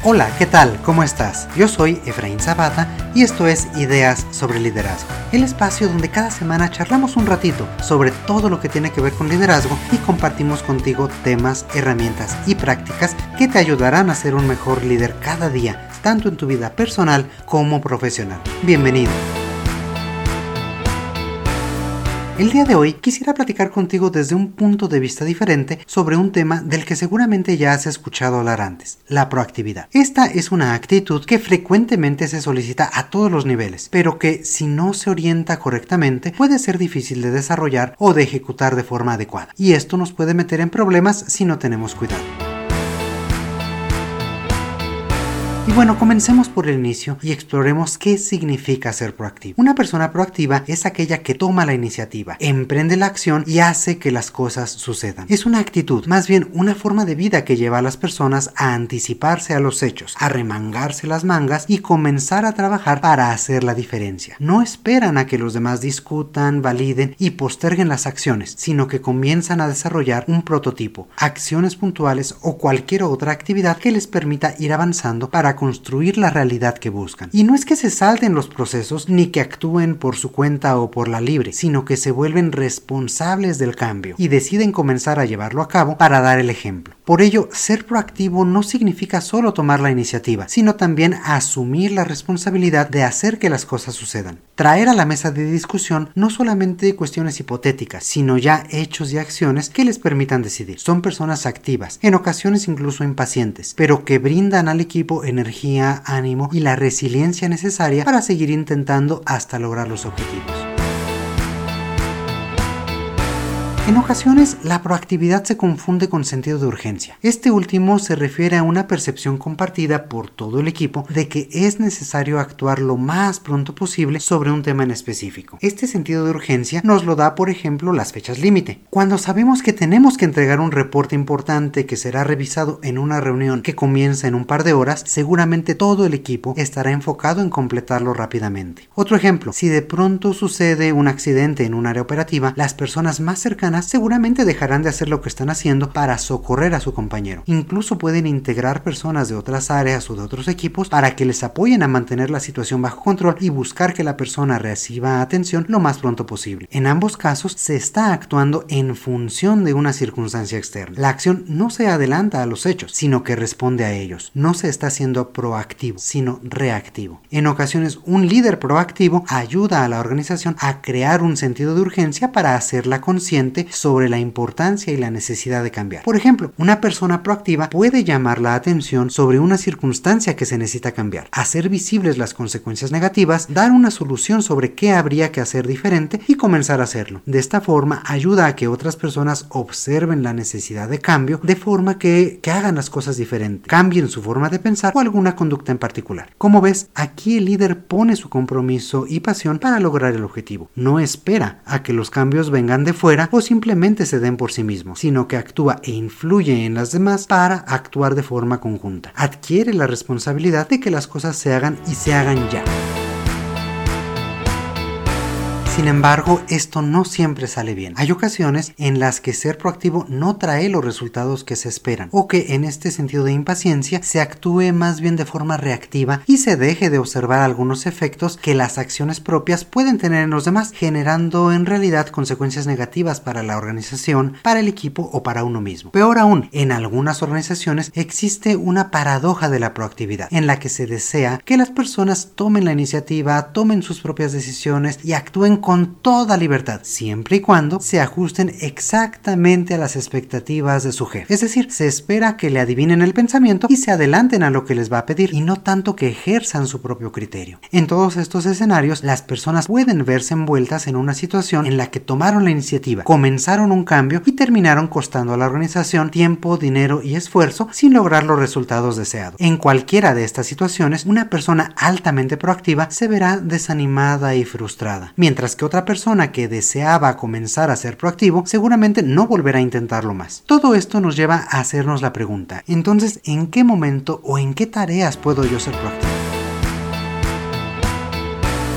Hola, ¿qué tal? ¿Cómo estás? Yo soy Efraín Zapata y esto es Ideas sobre Liderazgo, el espacio donde cada semana charlamos un ratito sobre todo lo que tiene que ver con liderazgo y compartimos contigo temas, herramientas y prácticas que te ayudarán a ser un mejor líder cada día, tanto en tu vida personal como profesional. Bienvenido. El día de hoy quisiera platicar contigo desde un punto de vista diferente sobre un tema del que seguramente ya has escuchado hablar antes, la proactividad. Esta es una actitud que frecuentemente se solicita a todos los niveles, pero que si no se orienta correctamente puede ser difícil de desarrollar o de ejecutar de forma adecuada. Y esto nos puede meter en problemas si no tenemos cuidado. Y bueno, comencemos por el inicio y exploremos qué significa ser proactivo. Una persona proactiva es aquella que toma la iniciativa, emprende la acción y hace que las cosas sucedan. Es una actitud, más bien una forma de vida que lleva a las personas a anticiparse a los hechos, a remangarse las mangas y comenzar a trabajar para hacer la diferencia. No esperan a que los demás discutan, validen y posterguen las acciones, sino que comienzan a desarrollar un prototipo, acciones puntuales o cualquier otra actividad que les permita ir avanzando para construir la realidad que buscan. Y no es que se salten los procesos ni que actúen por su cuenta o por la libre, sino que se vuelven responsables del cambio y deciden comenzar a llevarlo a cabo para dar el ejemplo. Por ello, ser proactivo no significa solo tomar la iniciativa, sino también asumir la responsabilidad de hacer que las cosas sucedan. Traer a la mesa de discusión no solamente cuestiones hipotéticas, sino ya hechos y acciones que les permitan decidir. Son personas activas, en ocasiones incluso impacientes, pero que brindan al equipo energía, ánimo y la resiliencia necesaria para seguir intentando hasta lograr los objetivos. En ocasiones, la proactividad se confunde con sentido de urgencia. Este último se refiere a una percepción compartida por todo el equipo de que es necesario actuar lo más pronto posible sobre un tema en específico. Este sentido de urgencia nos lo da, por ejemplo, las fechas límite. Cuando sabemos que tenemos que entregar un reporte importante que será revisado en una reunión que comienza en un par de horas, seguramente todo el equipo estará enfocado en completarlo rápidamente. Otro ejemplo, si de pronto sucede un accidente en un área operativa, las personas más cercanas seguramente dejarán de hacer lo que están haciendo para socorrer a su compañero. Incluso pueden integrar personas de otras áreas o de otros equipos para que les apoyen a mantener la situación bajo control y buscar que la persona reciba atención lo más pronto posible. En ambos casos se está actuando en función de una circunstancia externa. La acción no se adelanta a los hechos, sino que responde a ellos. No se está siendo proactivo, sino reactivo. En ocasiones, un líder proactivo ayuda a la organización a crear un sentido de urgencia para hacerla consciente sobre la importancia y la necesidad de cambiar. Por ejemplo, una persona proactiva puede llamar la atención sobre una circunstancia que se necesita cambiar, hacer visibles las consecuencias negativas, dar una solución sobre qué habría que hacer diferente y comenzar a hacerlo. De esta forma, ayuda a que otras personas observen la necesidad de cambio de forma que hagan las cosas diferentes, cambien su forma de pensar o alguna conducta en particular. Como ves, aquí el líder pone su compromiso y pasión para lograr el objetivo. No espera a que los cambios vengan de fuera o simplemente se den por sí mismos, sino que actúa e influye en las demás para actuar de forma conjunta. Adquiere la responsabilidad de que las cosas se hagan y se hagan ya. Sin embargo, esto no siempre sale bien. Hay ocasiones en las que ser proactivo no trae los resultados que se esperan, o que en este sentido de impaciencia se actúe más bien de forma reactiva y se deje de observar algunos efectos que las acciones propias pueden tener en los demás, generando en realidad consecuencias negativas para la organización, para el equipo o para uno mismo. Peor aún, en algunas organizaciones existe una paradoja de la proactividad, en la que se desea que las personas tomen la iniciativa, tomen sus propias decisiones y actúen con toda libertad, siempre y cuando se ajusten exactamente a las expectativas de su jefe. Es decir, se espera que le adivinen el pensamiento y se adelanten a lo que les va a pedir y no tanto que ejerzan su propio criterio. En todos estos escenarios, las personas pueden verse envueltas en una situación en la que tomaron la iniciativa, comenzaron un cambio y terminaron costando a la organización tiempo, dinero y esfuerzo sin lograr los resultados deseados. En cualquiera de estas situaciones, una persona altamente proactiva se verá desanimada y frustrada, mientras que otra persona que deseaba comenzar a ser proactivo seguramente no volverá a intentarlo más. Todo esto nos lleva a hacernos la pregunta: entonces, ¿en qué momento o en qué tareas puedo yo ser proactivo?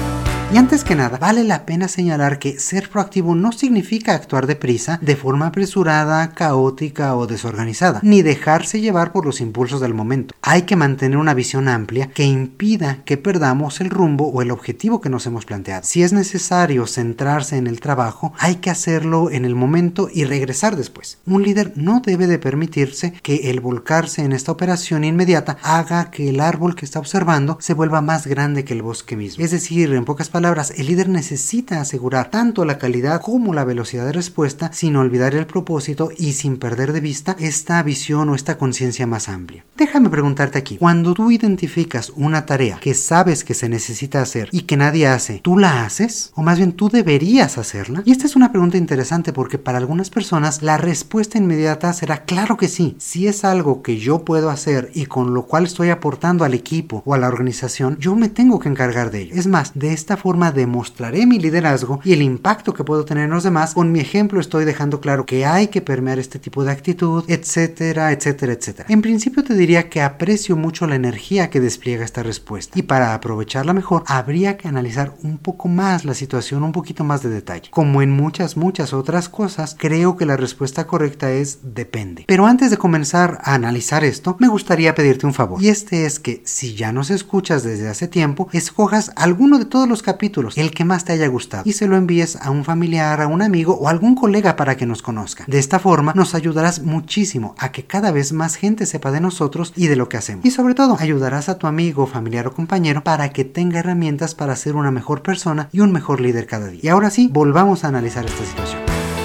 Y antes que nada, vale la pena señalar que ser proactivo no significa actuar deprisa, de forma apresurada, caótica o desorganizada, ni dejarse llevar por los impulsos del momento. Hay que mantener una visión amplia que impida que perdamos el rumbo o el objetivo que nos hemos planteado. Si es necesario centrarse en el trabajo, hay que hacerlo en el momento y regresar después. Un líder no debe de permitirse que el volcarse en esta operación inmediata haga que el árbol que está observando se vuelva más grande que el bosque mismo. Es decir, en pocas palabras, el líder necesita asegurar tanto la calidad como la velocidad de respuesta sin olvidar el propósito y sin perder de vista esta visión o esta conciencia más amplia. Déjame preguntarte aquí, cuando tú identificas una tarea que sabes que se necesita hacer y que nadie hace, ¿tú la haces? O más bien, ¿tú deberías hacerla? Y esta es una pregunta interesante porque para algunas personas la respuesta inmediata será claro que sí. Si es algo que yo puedo hacer y con lo cual estoy aportando al equipo o a la organización, yo me tengo que encargar de ello. Es más, de esta forma demostraré mi liderazgo y el impacto que puedo tener en los demás. Con mi ejemplo estoy dejando claro que hay que permear este tipo de actitud, etcétera, etcétera, etcétera. En principio te diría que aprecio mucho la energía que despliega esta respuesta y para aprovecharla mejor habría que analizar un poco más la situación, un poquito más de detalle. Como en muchas otras cosas, creo que la respuesta correcta es depende. Pero antes de comenzar a analizar esto, me gustaría pedirte un favor. Y este es que si ya nos escuchas desde hace tiempo, escojas alguno de todos los capítulos, el que más te haya gustado, y se lo envíes a un familiar, a un amigo o a algún colega para que nos conozca. De esta forma nos ayudarás muchísimo a que cada vez más gente sepa de nosotros y de lo que hacemos. Y sobre todo, ayudarás a tu amigo, familiar o compañero para que tenga herramientas para ser una mejor persona y un mejor líder cada día. Y ahora sí, volvamos a analizar esta situación.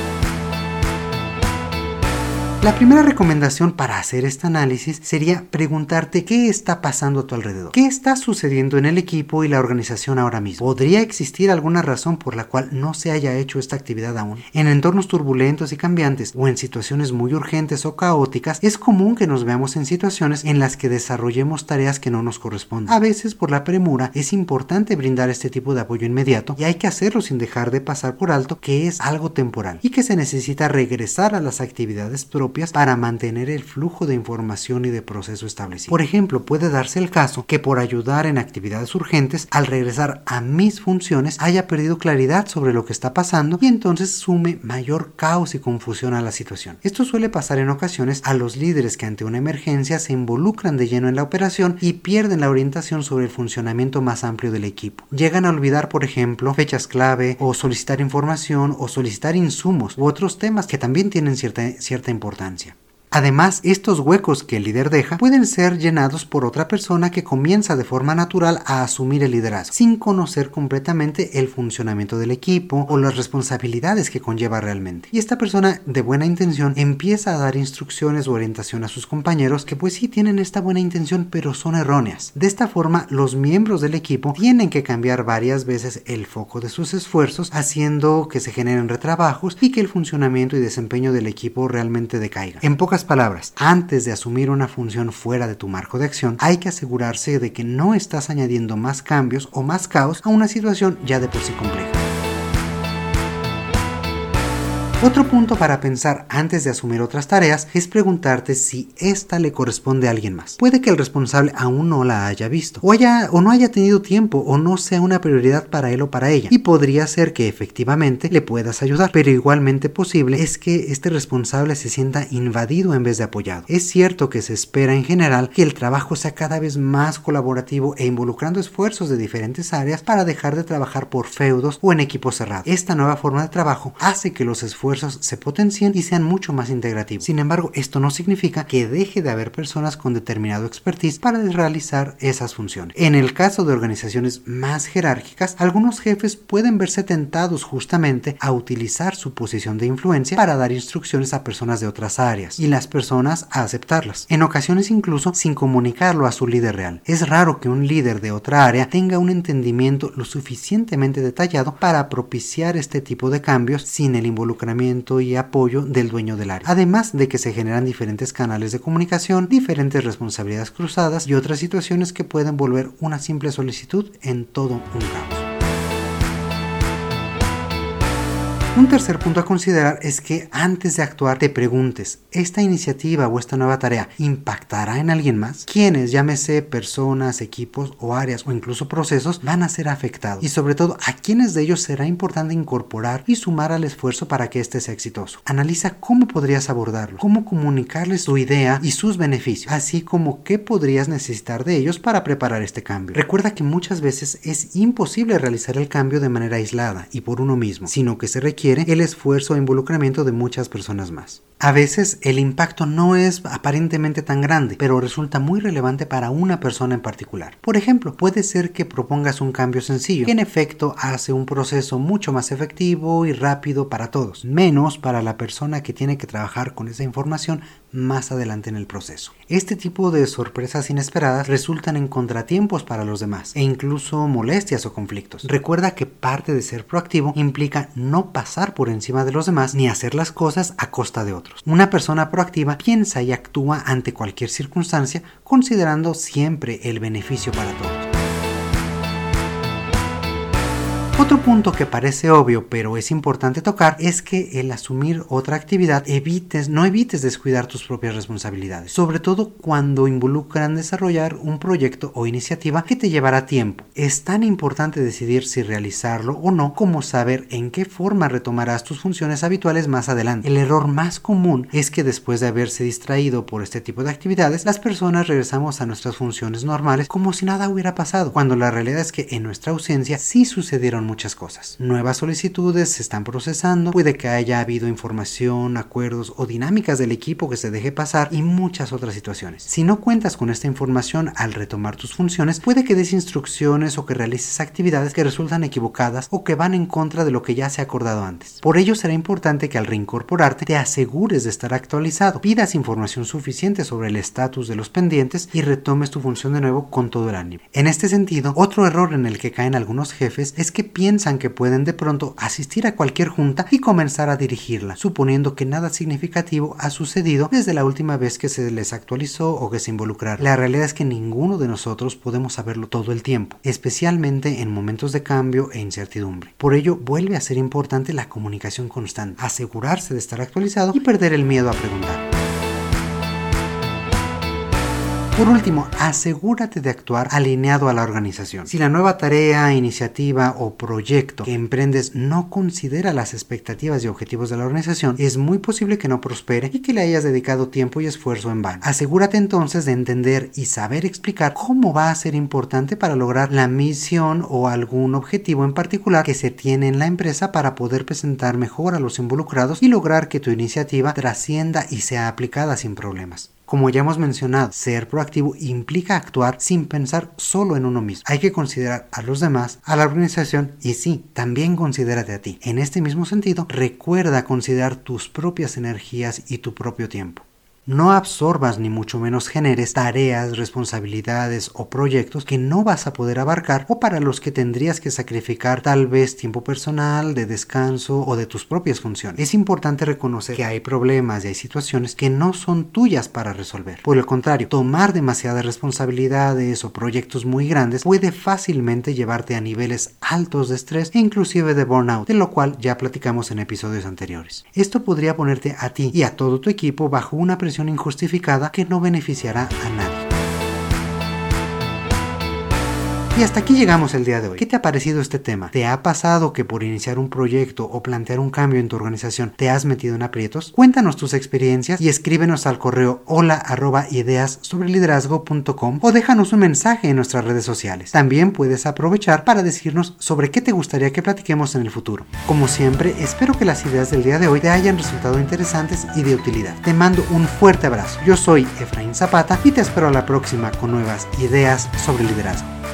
La primera recomendación para hacer este análisis sería preguntarte qué está pasando a tu alrededor. ¿Qué está sucediendo en el equipo y la organización ahora mismo? ¿Podría existir alguna razón por la cual no se haya hecho esta actividad aún? En entornos turbulentos y cambiantes o en situaciones muy urgentes o caóticas, es común que nos veamos en situaciones en las que desarrollemos tareas que no nos corresponden. A veces, por la premura, es importante brindar este tipo de apoyo inmediato y hay que hacerlo sin dejar de pasar por alto que es algo temporal y que se necesita regresar a las actividades propias para mantener el flujo de información y de proceso establecido. Por ejemplo, puede darse el caso que por ayudar en actividades urgentes, al regresar a mis funciones, haya perdido claridad sobre lo que está pasando y entonces sume mayor caos y confusión a la situación. Esto suele pasar en ocasiones a los líderes que ante una emergencia se involucran de lleno en la operación y pierden la orientación sobre el funcionamiento más amplio del equipo. Llegan a olvidar, por ejemplo, fechas clave o solicitar información o solicitar insumos u otros temas que también tienen cierta importancia. Además, estos huecos que el líder deja pueden ser llenados por otra persona que comienza de forma natural a asumir el liderazgo, sin conocer completamente el funcionamiento del equipo o las responsabilidades que conlleva realmente. Y esta persona de buena intención empieza a dar instrucciones o orientación a sus compañeros que pues sí tienen esta buena intención, pero son erróneas. De esta forma, los miembros del equipo tienen que cambiar varias veces el foco de sus esfuerzos, haciendo que se generen retrabajos y que el funcionamiento y desempeño del equipo realmente decaiga. En pocas palabras, antes de asumir una función fuera de tu marco de acción, hay que asegurarse de que no estás añadiendo más cambios o más caos a una situación ya de por sí compleja. Otro punto para pensar antes de asumir otras tareas es preguntarte si esta le corresponde a alguien más. Puede que el responsable aún no la haya visto, o no haya tenido tiempo, o no sea una prioridad para él o para ella, y podría ser que efectivamente le puedas ayudar, pero igualmente posible es que este responsable se sienta invadido en vez de apoyado. Es cierto que se espera en general que el trabajo sea cada vez más colaborativo e involucrando esfuerzos de diferentes áreas para dejar de trabajar por feudos o en equipos cerrados. Esta nueva forma de trabajo hace que los esfuerzos se potencien y sean mucho más integrativos. Sin embargo, esto no significa que deje de haber personas con determinado expertise para realizar esas funciones. En el caso de organizaciones más jerárquicas, algunos jefes pueden verse tentados justamente a utilizar su posición de influencia para dar instrucciones a personas de otras áreas y las personas a aceptarlas, en ocasiones incluso sin comunicarlo a su líder real. Es raro que un líder de otra área tenga un entendimiento lo suficientemente detallado para propiciar este tipo de cambios sin el involucramiento y apoyo del dueño del área. Además de que se generan diferentes canales de comunicación, diferentes responsabilidades cruzadas y otras situaciones que pueden volver una simple solicitud en todo un caos. Un tercer punto a considerar es que antes de actuar te preguntes, ¿esta iniciativa o esta nueva tarea impactará en alguien más? ¿Quiénes, llámese personas, equipos o áreas o incluso procesos, van a ser afectados? Y sobre todo, ¿a quiénes de ellos será importante incorporar y sumar al esfuerzo para que este sea exitoso? Analiza cómo podrías abordarlo, cómo comunicarles tu idea y sus beneficios, así como qué podrías necesitar de ellos para preparar este cambio. Recuerda que muchas veces es imposible realizar el cambio de manera aislada y por uno mismo, sino que se requiere el esfuerzo e involucramiento de muchas personas más. A veces el impacto no es aparentemente tan grande, pero resulta muy relevante para una persona en particular. Por ejemplo, puede ser que propongas un cambio sencillo, que en efecto hace un proceso mucho más efectivo y rápido para todos, menos para la persona que tiene que trabajar con esa información más adelante en el proceso. Este tipo de sorpresas inesperadas resultan en contratiempos para los demás e incluso molestias o conflictos. Recuerda que parte de ser proactivo implica no pasar por encima de los demás ni hacer las cosas a costa de otros. Una persona proactiva piensa y actúa ante cualquier circunstancia considerando siempre el beneficio para todos. Otro punto que parece obvio pero es importante tocar es que el asumir otra actividad no evites descuidar tus propias responsabilidades, sobre todo cuando involucran desarrollar un proyecto o iniciativa que te llevará tiempo. Es tan importante decidir si realizarlo o no como saber en qué forma retomarás tus funciones habituales más adelante. El error más común es que después de haberse distraído por este tipo de actividades, las personas regresamos a nuestras funciones normales como si nada hubiera pasado, cuando la realidad es que en nuestra ausencia sí sucedieron muchas cosas. Nuevas solicitudes se están procesando, puede que haya habido información, acuerdos o dinámicas del equipo que se deje pasar y muchas otras situaciones. Si no cuentas con esta información al retomar tus funciones, puede que des instrucciones o que realices actividades que resultan equivocadas o que van en contra de lo que ya se ha acordado antes. Por ello será importante que al reincorporarte te asegures de estar actualizado, pidas información suficiente sobre el estatus de los pendientes y retomes tu función de nuevo con todo el ánimo. En este sentido, otro error en el que caen algunos jefes es que piensan que pueden de pronto asistir a cualquier junta y comenzar a dirigirla, suponiendo que nada significativo ha sucedido desde la última vez que se les actualizó o que se involucraron. La realidad es que ninguno de nosotros podemos saberlo todo el tiempo, especialmente en momentos de cambio e incertidumbre. Por ello, vuelve a ser importante la comunicación constante, asegurarse de estar actualizado y perder el miedo a preguntar. Por último, asegúrate de actuar alineado a la organización. Si la nueva tarea, iniciativa o proyecto que emprendes no considera las expectativas y objetivos de la organización, es muy posible que no prospere y que le hayas dedicado tiempo y esfuerzo en vano. Asegúrate entonces de entender y saber explicar cómo va a ser importante para lograr la misión o algún objetivo en particular que se tiene en la empresa para poder presentar mejor a los involucrados y lograr que tu iniciativa trascienda y sea aplicada sin problemas. Como ya hemos mencionado, ser proactivo implica actuar sin pensar solo en uno mismo. Hay que considerar a los demás, a la organización y sí, también considérate a ti. En este mismo sentido, recuerda considerar tus propias energías y tu propio tiempo. No absorbas ni mucho menos generes tareas, responsabilidades o proyectos que no vas a poder abarcar o para los que tendrías que sacrificar tal vez tiempo personal, de descanso o de tus propias funciones. Es importante reconocer que hay problemas y hay situaciones que no son tuyas para resolver. Por el contrario, tomar demasiadas responsabilidades o proyectos muy grandes puede fácilmente llevarte a niveles altos de estrés e inclusive de burnout, de lo cual ya platicamos en episodios anteriores. Esto podría ponerte a ti y a todo tu equipo bajo una presión injustificada que no beneficiará a nadie. Y hasta aquí llegamos el día de hoy. ¿Qué te ha parecido este tema? ¿Te ha pasado que por iniciar un proyecto o plantear un cambio en tu organización te has metido en aprietos? Cuéntanos tus experiencias y escríbenos al correo hola@ideassobreliderazgo.com o déjanos un mensaje en nuestras redes sociales. También puedes aprovechar para decirnos sobre qué te gustaría que platiquemos en el futuro. Como siempre, espero que las ideas del día de hoy te hayan resultado interesantes y de utilidad. Te mando un fuerte abrazo. Yo soy Efraín Zapata y te espero a la próxima con nuevas ideas sobre liderazgo.